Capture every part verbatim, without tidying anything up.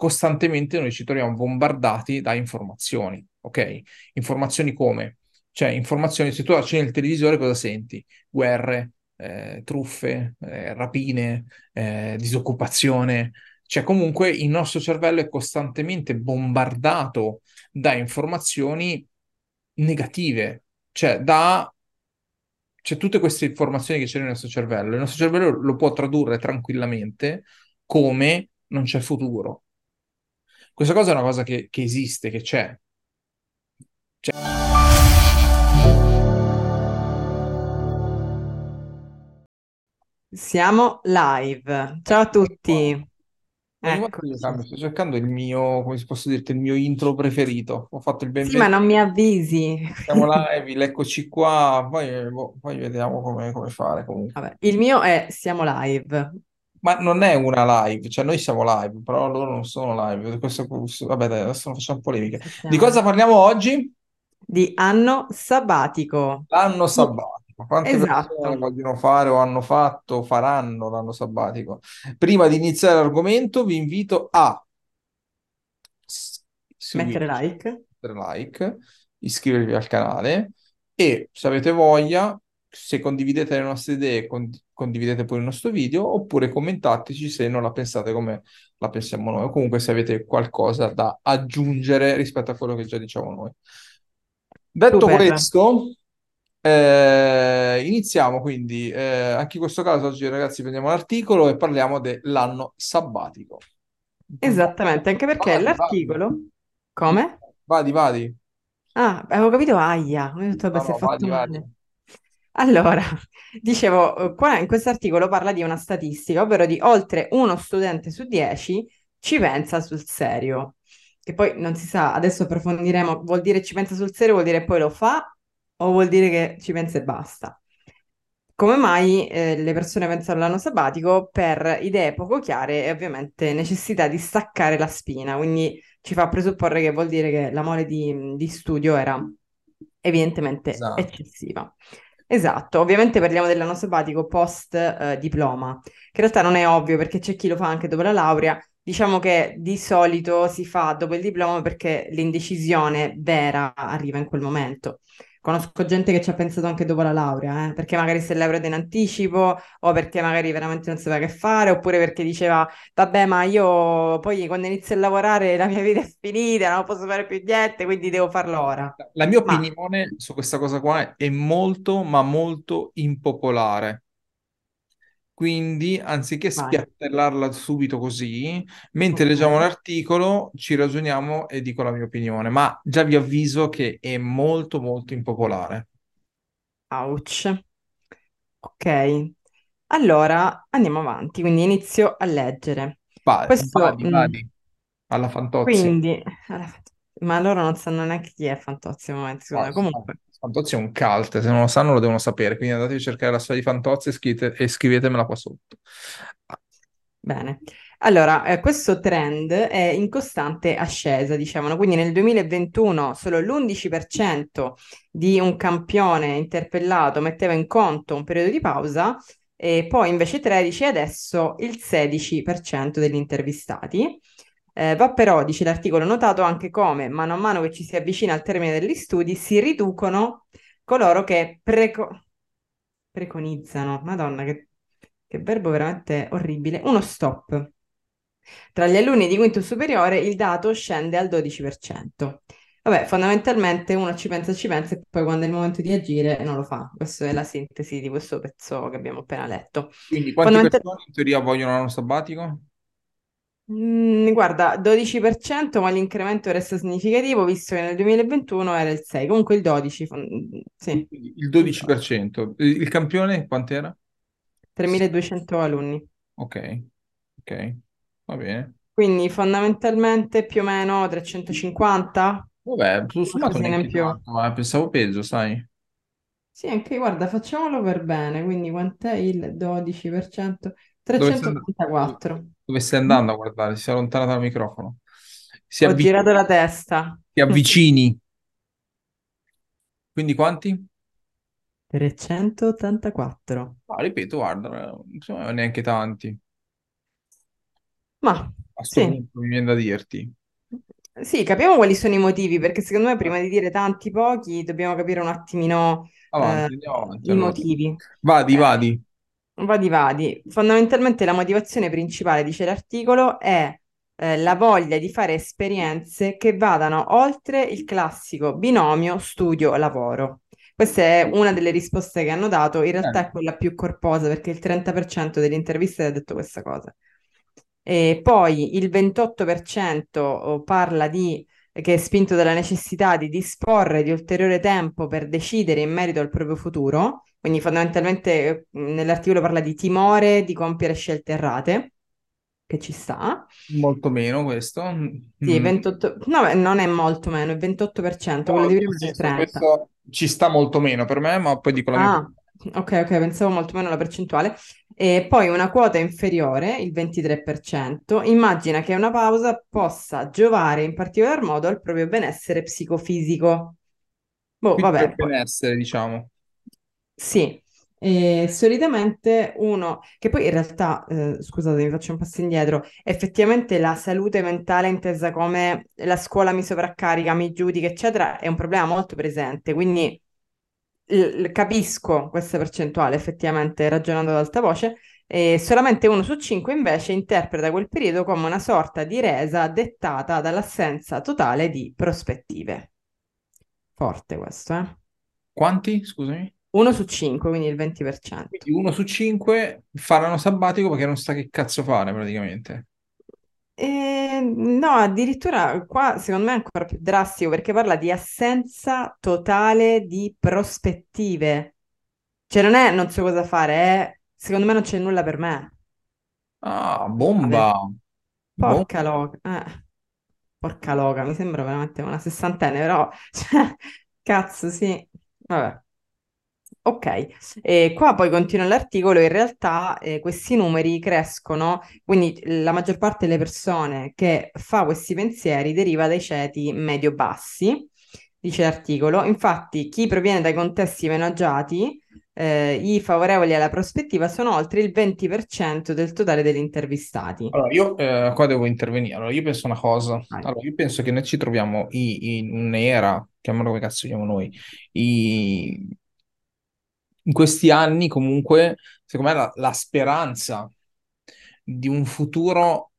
costantemente noi ci troviamo bombardati da informazioni, ok? Informazioni come? Cioè, informazioni, se tu accendi il televisore cosa senti? Guerre, eh, truffe, eh, rapine, eh, disoccupazione. Cioè, comunque il nostro cervello è costantemente bombardato da informazioni negative, cioè da cioè, tutte queste informazioni che c'è nel nostro cervello, il nostro cervello lo può tradurre tranquillamente come non c'è futuro. Questa cosa è una cosa che, che esiste, che c'è. Siamo live. Ciao a Eccoci qua. tutti. Ogni volta che io Eccoci. cambio, sto cercando il mio, come si posso dirti, il mio intro preferito. Ho fatto il Sì, ma benvenuto, non mi avvisi. siamo live, eccoci qua, poi, boh, poi vediamo come, come fare comunque. Vabbè, il mio è siamo live. Ma non è una live, cioè noi siamo live, però loro non sono live. Questo, vabbè, dai, adesso non facciamo polemiche. Di cosa Aspettiamo. parliamo oggi? Di anno sabbatico. L'anno Sì, sabbatico. Quante persone esatto. vogliono fare o hanno fatto, faranno l'anno sabbatico? Prima di iniziare l'argomento, vi invito a s- Mettere seguirci, like. mettere like, iscrivervi al canale e se avete voglia, se condividete le nostre idee, con- condividete pure il nostro video oppure commentateci se non la pensate come la pensiamo noi o comunque se avete qualcosa da aggiungere rispetto a quello che già diciamo noi. Detto Super. questo, eh, iniziamo quindi. Eh, anche in questo caso oggi ragazzi prendiamo l'articolo e parliamo dell'anno sabbatico. Esattamente, anche perché Vadi, vadi. l'articolo... Come? Vadi, vadi. Ah, avevo capito aia. Ho detto, vabbè, No, si è no, vadi, fatto vadi. male. Allora, dicevo, eh, qua in questo articolo parla di una statistica, ovvero di oltre uno studente su dieci ci pensa sul serio. Che poi non si sa, adesso approfondiremo, vuol dire ci pensa sul serio, vuol dire poi lo fa o vuol dire che ci pensa e basta. Come mai eh, le persone pensano all'anno sabbatico? Per idee poco chiare e ovviamente necessità di staccare la spina, quindi ci fa presupporre che vuol dire che la mole di, di studio era evidentemente Esatto. eccessiva. Esatto, ovviamente parliamo dell'anno sabbatico post eh, diploma, che in realtà non è ovvio perché c'è chi lo fa anche dopo la laurea. Diciamo che di solito si fa dopo il diploma perché l'indecisione vera arriva in quel momento. Conosco gente che ci ha pensato anche dopo la laurea, eh, perché magari si è laureata in anticipo o perché magari veramente non sapeva che fare, oppure perché diceva, vabbè, ma io poi quando inizio a lavorare la mia vita è finita, non posso fare più niente, quindi devo farlo ora. La mia Ma opinione su questa cosa qua è molto, ma molto impopolare. Quindi, anziché vai. spiattellarla subito così, mentre Ok. leggiamo l'articolo, ci ragioniamo e dico la mia opinione. Ma già vi avviso che è molto, molto impopolare. Ouch. Ok. Allora andiamo avanti, quindi inizio a leggere. Va- Questo, Vadi, mh, vadi, alla Fantozzi. quindi, ma loro non sanno neanche chi è Fantozzi al momento, secondo No, me. Comunque. Fantozzi è un cult, se non lo sanno lo devono sapere, quindi andatevi a cercare la storia di Fantozzi e, scrivete- e scrivetemela qua sotto. Bene, allora eh, questo trend è in costante ascesa, diciamo, quindi nel duemilaventuno solo l'undici per cento di un campione interpellato metteva in conto un periodo di pausa e poi invece tredici e adesso il sedici per cento degli intervistati. Eh, va però, dice l'articolo, notato anche come mano a mano che ci si avvicina al termine degli studi si riducono coloro che preco- preconizzano, Madonna, che, che verbo veramente orribile, uno stop. Tra gli alunni di quinto superiore il dato scende al dodici per cento. Vabbè, fondamentalmente uno ci pensa, ci pensa e poi quando è il momento di agire non lo fa. Questa è la sintesi di questo pezzo che abbiamo appena letto. Quindi quante Fondamentalmente, persone in teoria vogliono l'anno sabbatico? guarda, dodici per cento, ma l'incremento resta significativo visto che nel duemilaventuno era il sei, comunque il dodici, fon- sì, Quindi il il dodici. dodici per cento. Il il campione quant'era? tremiladuecento alunni. Ok, ok, va bene. Quindi fondamentalmente più o meno trecentocinquanta, Vabbè, tutto sommato qualcosina in neanche più. tanto, eh, pensavo peggio, sai? Sì, anche guarda, facciamolo per bene, quindi quant'è il dodici per cento? Dove stai, and- dove- trecentottantaquattro. dove stai Mm? andando a guardare? Si è allontana dal microfono. Si Ho avvi- girato la testa. ti avvicini. Quindi quanti? trecentottantaquattro. Ah, ripeto, guarda, non sono neanche tanti. Ma A sto sì, punto mi viene da dirti. sì, capiamo quali sono i motivi, perché secondo me prima di dire tanti pochi dobbiamo capire un attimino eh, Avanti, andiamo avanti i allora. motivi. Vadi, Eh, vadi. Vadi, vadi. Fondamentalmente la motivazione principale, dice l'articolo, è eh, la voglia di fare esperienze che vadano oltre il classico binomio studio-lavoro. Questa è una delle risposte che hanno dato, in realtà Eh, è quella più corposa perché il trenta per cento delle interviste ha detto questa cosa. E poi il ventotto per cento parla di che è spinto dalla necessità di disporre di ulteriore tempo per decidere in merito al proprio futuro, quindi fondamentalmente eh, nell'articolo parla di timore di compiere scelte errate, che ci sta. molto meno questo. Sì, Mm. ventotto, no, beh, non è molto meno, è ventotto per cento, quello No, di nel prima era il senso, trenta. questo ci sta molto meno per me, ma poi dico la mia Ah, opinione. ok, ok, pensavo molto meno la percentuale. E poi una quota inferiore, il ventitré per cento, immagina che una pausa possa giovare in particolar modo al proprio benessere psicofisico. Boh, Quindi per vabbè, poi- benessere, diciamo. sì. E solitamente uno, che poi in realtà, eh, scusate, mi faccio un passo indietro, effettivamente la salute mentale intesa come la scuola mi sovraccarica, mi giudica, eccetera, è un problema molto presente, quindi l- l- capisco questa percentuale effettivamente ragionando ad alta voce, e solamente uno su cinque invece interpreta quel periodo come una sorta di resa dettata dall'assenza totale di prospettive. Forte questo, eh? Quanti? Scusami. Uno su cinque, quindi il venti per cento. Quindi uno su cinque fa l'anno sabbatico perché non sa che cazzo fare praticamente. E, no, addirittura qua secondo me è ancora più drastico perché parla di assenza totale di prospettive. Cioè non è non so cosa fare, è secondo me non c'è nulla per me. Ah, Vabbè. bomba. Bomba. Porca loca, eh, porca loca, mi sembra veramente una sessantenne, però, cioè, cazzo, sì, vabbè. Ok, e qua poi continua l'articolo, in realtà eh, questi numeri crescono, quindi la maggior parte delle persone che fa questi pensieri deriva dai ceti medio-bassi, dice l'articolo. Infatti chi proviene dai contesti meno agiati, eh, i favorevoli alla prospettiva sono oltre il venti per cento del totale degli intervistati. Allora, io eh, qua devo intervenire. Allora, io penso una cosa. Vai. Allora, io penso che noi ci troviamo i- in un'era, chiamiamolo come cazzo chiamiamo noi, i- in questi anni comunque, secondo me, la, la speranza di un futuro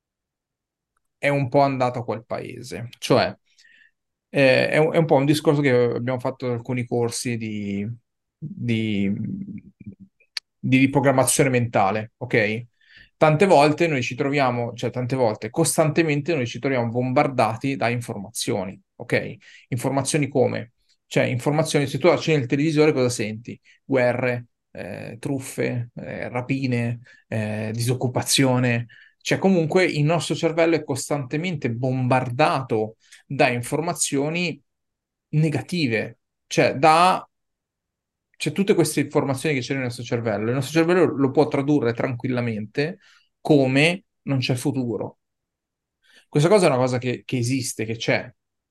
è un po' andata a quel paese. Cioè, eh, è un, è un po' un discorso che abbiamo fatto in alcuni corsi di, di, di riprogrammazione mentale, ok? Tante volte noi ci troviamo, cioè tante volte, costantemente noi ci troviamo bombardati da informazioni, ok? Informazioni come? Cioè, informazioni, se tu accendi il televisore cosa senti? Guerre, eh, truffe, eh, rapine, eh, disoccupazione. Cioè, comunque il nostro cervello è costantemente bombardato da informazioni negative, cioè da cioè, tutte queste informazioni che c'è nel nostro cervello, il nostro cervello lo può tradurre tranquillamente come non c'è futuro. Questa cosa è una cosa che, che esiste, che c'è,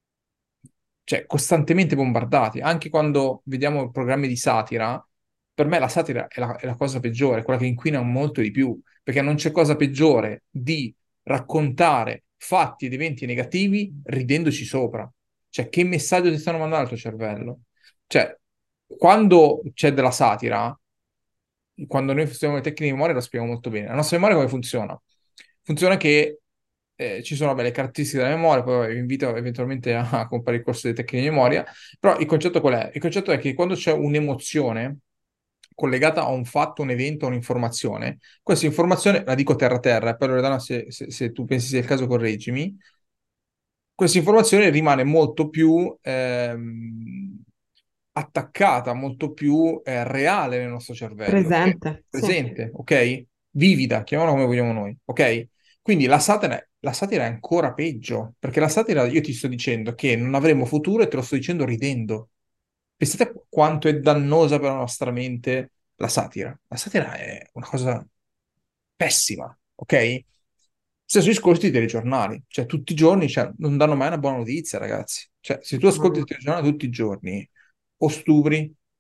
cioè costantemente bombardati. Anche quando vediamo programmi di satira, per me la satira è la, è la cosa peggiore, quella che inquina molto di più, perché non c'è cosa peggiore di raccontare fatti ed eventi negativi ridendoci sopra. Cioè, che messaggio ti stanno mandando al tuo cervello? Cioè, quando c'è della satira, quando noi studiamo le tecniche di memoria lo spiego molto bene. La nostra memoria come funziona? Funziona che eh, ci sono belle caratteristiche della memoria, poi vabbè, vi invito eventualmente a, a comprare il corso di tecniche di memoria, però il concetto qual è? Il concetto è che quando c'è un'emozione collegata a un fatto, un evento, un'informazione, questa informazione, la dico terra terra, e poi Loredana se, se, se tu pensi sia il caso correggimi, questa informazione rimane molto più ehm, attaccata, molto più eh, reale nel nostro cervello, ok? Presente, sì. Presente, ok? Vivida, chiamiamola come vogliamo noi, ok? Quindi la satira, la satira è ancora peggio, perché la satira io ti sto dicendo che non avremo futuro e te lo sto dicendo ridendo. Pensate quanto è dannosa per la nostra mente la satira. La satira è una cosa pessima, ok? Stesso discorso dei telegiornali, cioè tutti i giorni cioè, non danno mai una buona notizia, ragazzi. Cioè, se tu ascolti il No. telegiornale tutti i giorni, o stupri,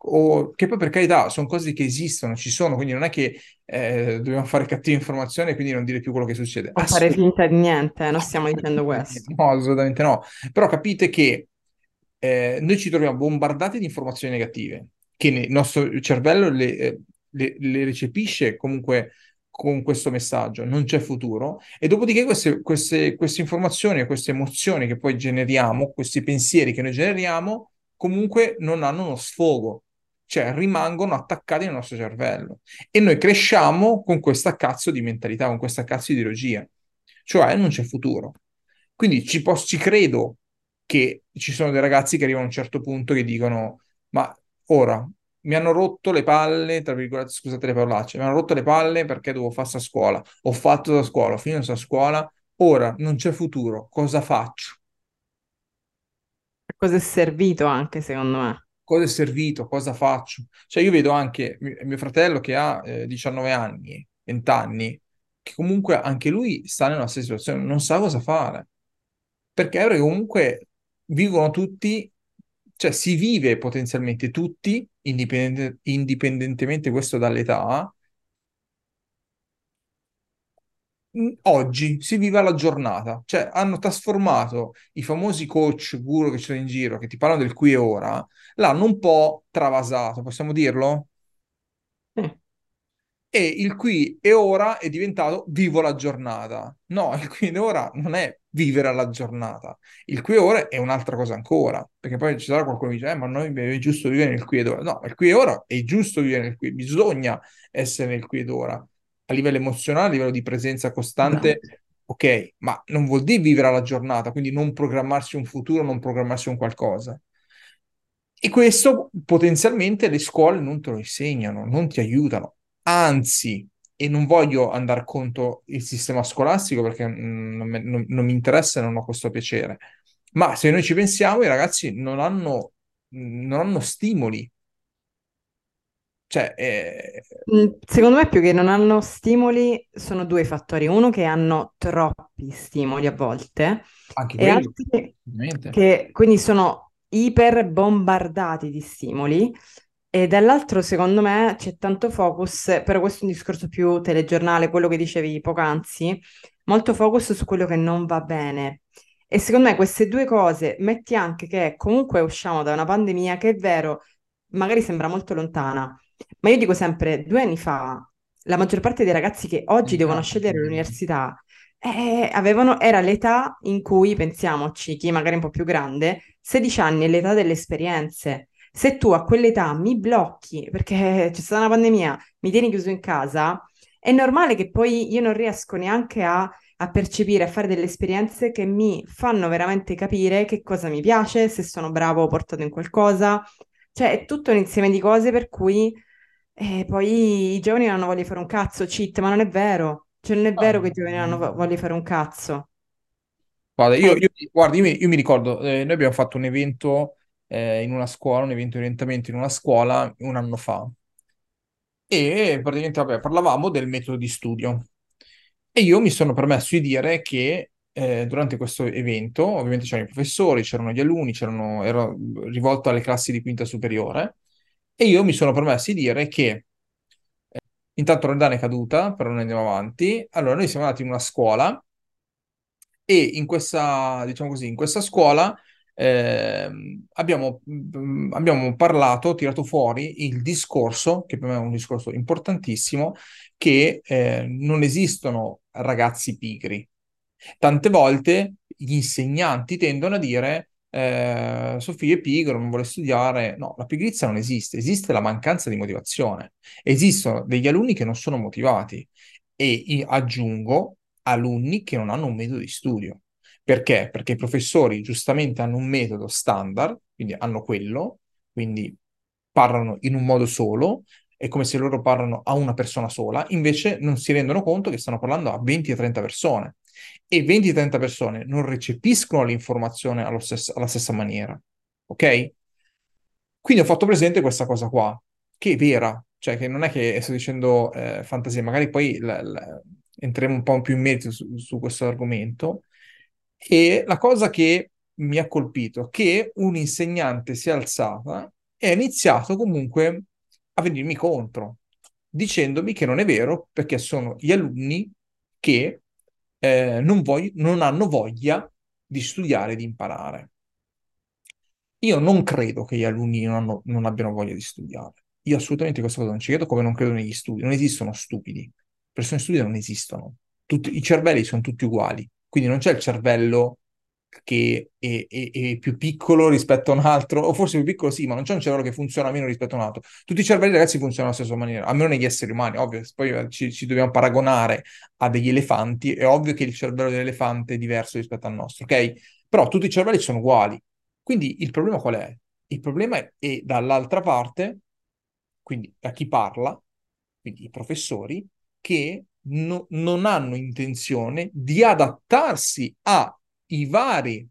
o che poi per carità sono cose che esistono, ci sono, quindi non è che eh, dobbiamo fare cattiva informazione e quindi non dire più quello che succede. O fare Assolutamente. finta di niente, non stiamo dicendo questo. No, assolutamente no. Però capite che eh, noi ci troviamo bombardati di informazioni negative, che il nostro cervello le, eh, le- le recepisce comunque con questo messaggio, non c'è futuro, e dopodiché queste, queste, queste informazioni e queste emozioni che poi generiamo, questi pensieri che noi generiamo, comunque non hanno uno sfogo, cioè rimangono attaccati nel nostro cervello. E noi cresciamo con questa cazzo di mentalità, con questa cazzo di ideologia, cioè non c'è futuro. Quindi ci, pos- ci credo che ci sono dei ragazzi che arrivano a un certo punto che dicono: ma ora mi hanno rotto le palle, tra virgolette, scusate le parolacce, mi hanno rotto le palle perché devo fare sta scuola, ho fatto la scuola, ho finito sta scuola, ora non c'è futuro, cosa faccio? A cosa è servito anche, secondo me. Cosa è servito? Cosa faccio? Cioè io vedo anche mi- mio fratello che ha eh, diciannove anni, venti anni, che comunque anche lui sta nella stessa situazione, non sa cosa fare. Perché? Perché comunque vivono tutti, cioè si vive potenzialmente tutti, indipendente- indipendentemente questo dall'età, mh, oggi si vive la giornata, cioè hanno trasformato i famosi coach guru che ci sono in giro, che ti parlano del qui e ora, l'hanno un po' travasato, possiamo dirlo? Sì. E il qui e ora è diventato vivo la giornata. No, il qui e ora non è vivere la giornata. Il qui e ora è un'altra cosa ancora, perché poi ci sarà qualcuno che dice, eh, ma noi è giusto vivere nel qui ed ora. No, il qui e ora è giusto vivere nel qui, bisogna essere nel qui ed ora. A livello emozionale, a livello di presenza costante, Esatto. ok, ma non vuol dire vivere la giornata, quindi non programmarsi un futuro, non programmarsi un qualcosa. E questo potenzialmente le scuole non te lo insegnano, non ti aiutano. Anzi, e non voglio andare contro il sistema scolastico perché mm, non, me- non- non mi interessa e non ho questo piacere, ma se noi ci pensiamo, i ragazzi non hanno, non hanno stimoli. Cioè, eh, Mm, Secondo me più che non hanno stimoli sono due fattori. Uno che hanno troppi stimoli a volte anche e quello, altri ovviamente. che quindi sono iper bombardati di stimoli e dall'altro secondo me c'è tanto focus, però questo è un discorso più telegiornale, quello che dicevi poc'anzi, molto focus su quello che non va bene. E secondo me queste due cose, metti anche che comunque usciamo da una pandemia che è vero, magari sembra molto lontana, ma io dico sempre, due anni fa, la maggior parte dei ragazzi che oggi devono Esatto. scegliere l'università, eh, avevano, era l'età in cui, pensiamoci, chi magari è un po' più grande, sedici anni è l'età delle esperienze. Se tu a quell'età mi blocchi perché c'è stata una pandemia, mi tieni chiuso in casa, è normale che poi io non riesco neanche a, a percepire, a fare delle esperienze che mi fanno veramente capire che cosa mi piace, se sono bravo o portato in qualcosa. Cioè, è tutto un insieme di cose per cui eh, poi i giovani non hanno voglia di fare un cazzo, cheat, ma non è vero. Cioè, non è Ah, vero che i giovani non hanno vo- voglia di fare un cazzo. guarda, io, Eh, io- guarda, io mi, io mi ricordo, eh, noi abbiamo fatto un evento eh, in una scuola, un evento di orientamento in una scuola un anno fa. E praticamente, vabbè, parlavamo del metodo di studio. E io mi sono permesso di dire che eh, durante questo evento, ovviamente c'erano i professori, c'erano gli alunni, c'erano, ero rivolto alle classi di quinta superiore, e io mi sono permesso di dire che intanto Loredana è caduta, però noi andiamo avanti. Allora, noi siamo andati in una scuola e in questa, diciamo così, in questa scuola ehm, abbiamo, mm, abbiamo parlato, tirato fuori il discorso, che per me è un discorso importantissimo, che eh, non esistono ragazzi pigri. Tante volte gli insegnanti tendono a dire eh, Sofia è pigro, non vuole studiare. No, la pigrizia non esiste, esiste la mancanza di motivazione. Esistono degli alunni che non sono motivati e i- aggiungo alunni che non hanno un metodo di studio. Perché? Perché i professori giustamente hanno un metodo standard, quindi hanno quello, quindi parlano in un modo solo, è come se loro parlano a una persona sola, invece non si rendono conto che stanno parlando a venti o trenta persone e venti o trenta persone non recepiscono l'informazione allo stesso- alla stessa maniera, ok? Quindi ho fatto presente questa cosa qua, che è vera, cioè che non è che sto dicendo eh, fantasia, magari poi la- la- entreremo un po' più in merito su, su questo argomento. E la cosa che mi ha colpito è che un insegnante si è alzata e ha iniziato comunque a venirmi contro, dicendomi che non è vero perché sono gli alunni che eh, non, vogli- non hanno voglia di studiare e di imparare. Io non credo che gli alunni non, hanno- non abbiano voglia di studiare. Io assolutamente questa cosa non ci credo, come non credo negli studi. Non esistono stupidi. Persone stupide non esistono. Tutti- I cervelli sono tutti uguali. Quindi non c'è il cervello che è, è- è più piccolo rispetto a un altro, o forse più piccolo sì, ma non c'è un cervello che funziona meno rispetto a un altro. Tutti i cervelli, ragazzi, funzionano alla stessa maniera, almeno negli esseri umani. Ovvio, se poi eh, ci, ci dobbiamo paragonare a degli elefanti, è ovvio che il cervello dell'elefante è diverso rispetto al nostro, ok? Però tutti i cervelli sono uguali. Quindi il problema qual è? Il problema è, è dall'altra parte, quindi da chi parla, quindi i professori, che no- non hanno intenzione di adattarsi ai vari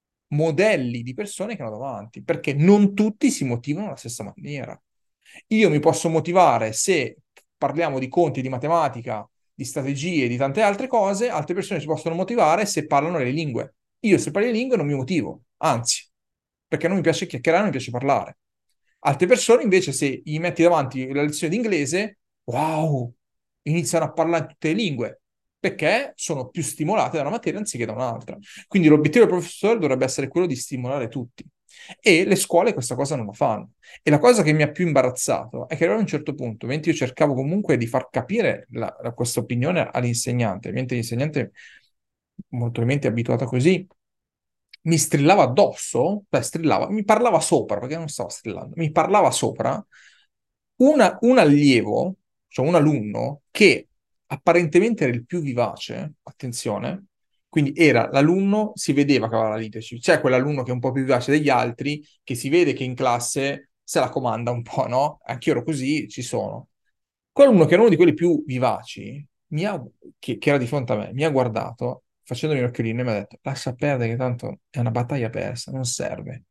modelli di persone che hanno davanti, perché non tutti si motivano alla stessa maniera. Io mi posso motivare se parliamo di conti, di matematica, di strategie, di tante altre cose, altre persone si possono motivare se parlano le lingue. Io se parlo le lingue non mi motivo, anzi, perché non mi piace chiacchierare, non mi piace parlare. Altre persone invece se gli metti davanti la lezione di inglese, wow, iniziano a parlare tutte le lingue, perché sono più stimolate da una materia anziché da un'altra. Quindi l'obiettivo del professore dovrebbe essere quello di stimolare tutti. E le scuole questa cosa non la fanno. E la cosa che mi ha più imbarazzato è che a un certo punto, mentre io cercavo comunque di far capire la- la- questa opinione all'insegnante, mentre l'insegnante, molto probabilmente abituata così, mi strillava addosso, cioè strillava, mi parlava sopra, perché non stava strillando, mi parlava sopra una- un allievo, cioè un alunno che apparentemente era il più vivace, attenzione, quindi era l'alunno, si vedeva che aveva la leadership, c'è quell'alunno che è un po' più vivace degli altri, che si vede che in classe se la comanda un po', no? Anch'io ero così, ci sono. Quell'uno che era uno di quelli più vivaci, mi ha- che, che era di fronte a me, mi ha guardato facendomi l'occhiolino e mi ha detto: lascia perdere, che tanto è una battaglia persa, non serve.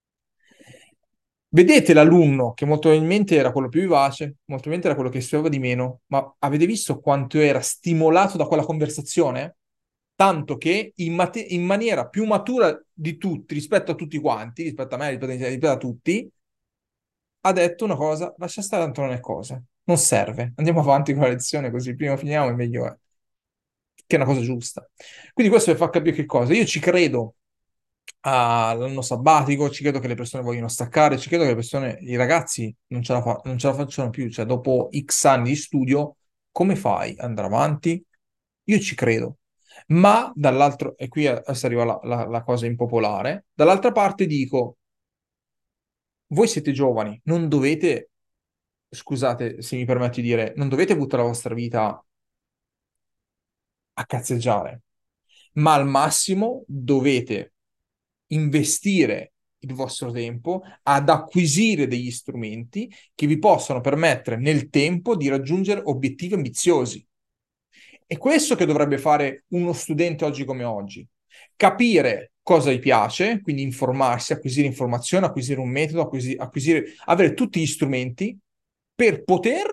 Vedete l'alunno che molto probabilmente era quello più vivace, molto probabilmente era quello che studiava di meno, ma avete visto quanto era stimolato da quella conversazione? Tanto che in, mate- in maniera più matura di tutti, rispetto a tutti quanti, rispetto a me, rispetto, rispetto a tutti, ha detto una cosa: lascia stare, tanto non è cosa, non serve, andiamo avanti con la lezione così prima finiamo e meglio è, che è una cosa giusta. Quindi questo per far capire che cosa, io ci credo all'anno sabbatico, ci credo che le persone vogliono staccare, ci credo che le persone, i ragazzi non ce la, fa- non ce la facciano più, cioè dopo X anni di studio, come fai ad andare avanti? Io ci credo, ma dall'altro, e qui adesso arriva la, la la cosa impopolare, dall'altra parte dico, voi siete giovani, non dovete, scusate se mi permetti di dire, non dovete buttare la vostra vita a cazzeggiare, ma al massimo dovete investire il vostro tempo ad acquisire degli strumenti che vi possano permettere nel tempo di raggiungere obiettivi ambiziosi. È questo che dovrebbe fare uno studente oggi come oggi. Capire cosa gli piace, quindi informarsi, acquisire informazioni, acquisire un metodo, acquisi- acquisire, avere tutti gli strumenti per poter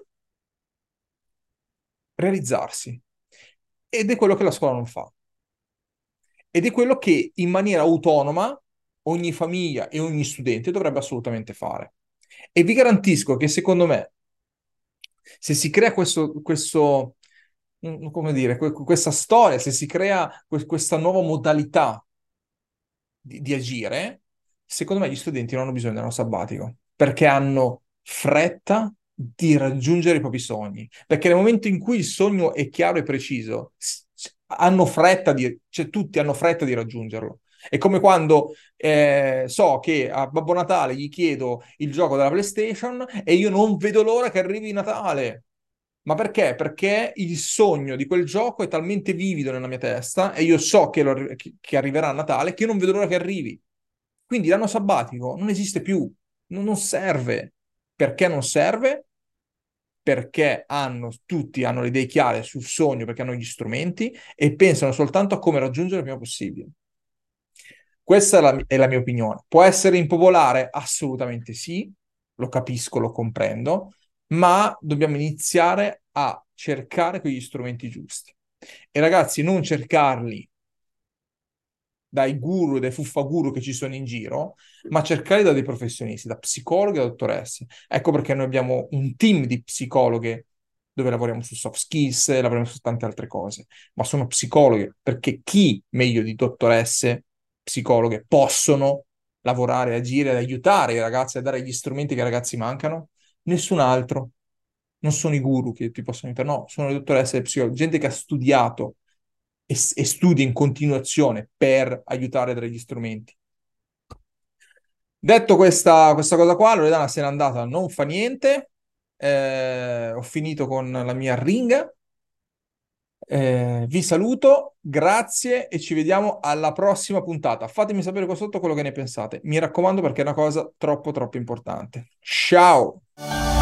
realizzarsi. Ed è quello che la scuola non fa. Ed è quello che in maniera autonoma ogni famiglia e ogni studente dovrebbe assolutamente fare. E vi garantisco che secondo me, se si crea questo, questo mm, come dire, que- questa storia, se si crea que- questa nuova modalità di, di agire, secondo me gli studenti non hanno bisogno dello sabbatico, perché hanno fretta di raggiungere i propri sogni. Perché nel momento in cui il sogno è chiaro e preciso, s- s- hanno fretta di, cioè tutti hanno fretta di raggiungerlo. È come quando eh, so che a Babbo Natale gli chiedo il gioco della PlayStation e io non vedo l'ora che arrivi Natale. Ma perché? Perché il sogno di quel gioco è talmente vivido nella mia testa e io so che, lo- che- che arriverà a Natale che io non vedo l'ora che arrivi. Quindi l'anno sabbatico non esiste più, non, non serve. Perché non serve? Perché hanno, tutti hanno le idee chiare sul sogno, perché hanno gli strumenti e pensano soltanto a come raggiungere il prima possibile. Questa è la, è la mia opinione. Può essere impopolare? Assolutamente sì, lo capisco, lo comprendo, ma dobbiamo iniziare a cercare quegli strumenti giusti. E ragazzi, non cercarli dai guru e dai fuffaguru che ci sono in giro, ma cercare da dei professionisti, da psicologi e da dottoresse. Ecco perché noi abbiamo un team di psicologhe dove lavoriamo su soft skills, lavoriamo su tante altre cose, ma sono psicologhe perché chi meglio di dottoresse, psicologhe, possono lavorare, agire, ad aiutare i ragazzi, a dare gli strumenti che ai ragazzi mancano? Nessun altro. Non sono i guru che ti possono aiutare, no, sono le dottoresse e le psicologhe, gente che ha studiato e, e studia in continuazione per aiutare a dare gli strumenti. Detto questa, questa cosa qua, Loredana se n'è andata, non fa niente. Eh, ho finito con la mia ringa. Eh, vi saluto, grazie e ci vediamo alla prossima puntata. Fatemi sapere qua sotto quello che ne pensate. Mi raccomando perché è una cosa troppo troppo importante. Ciao!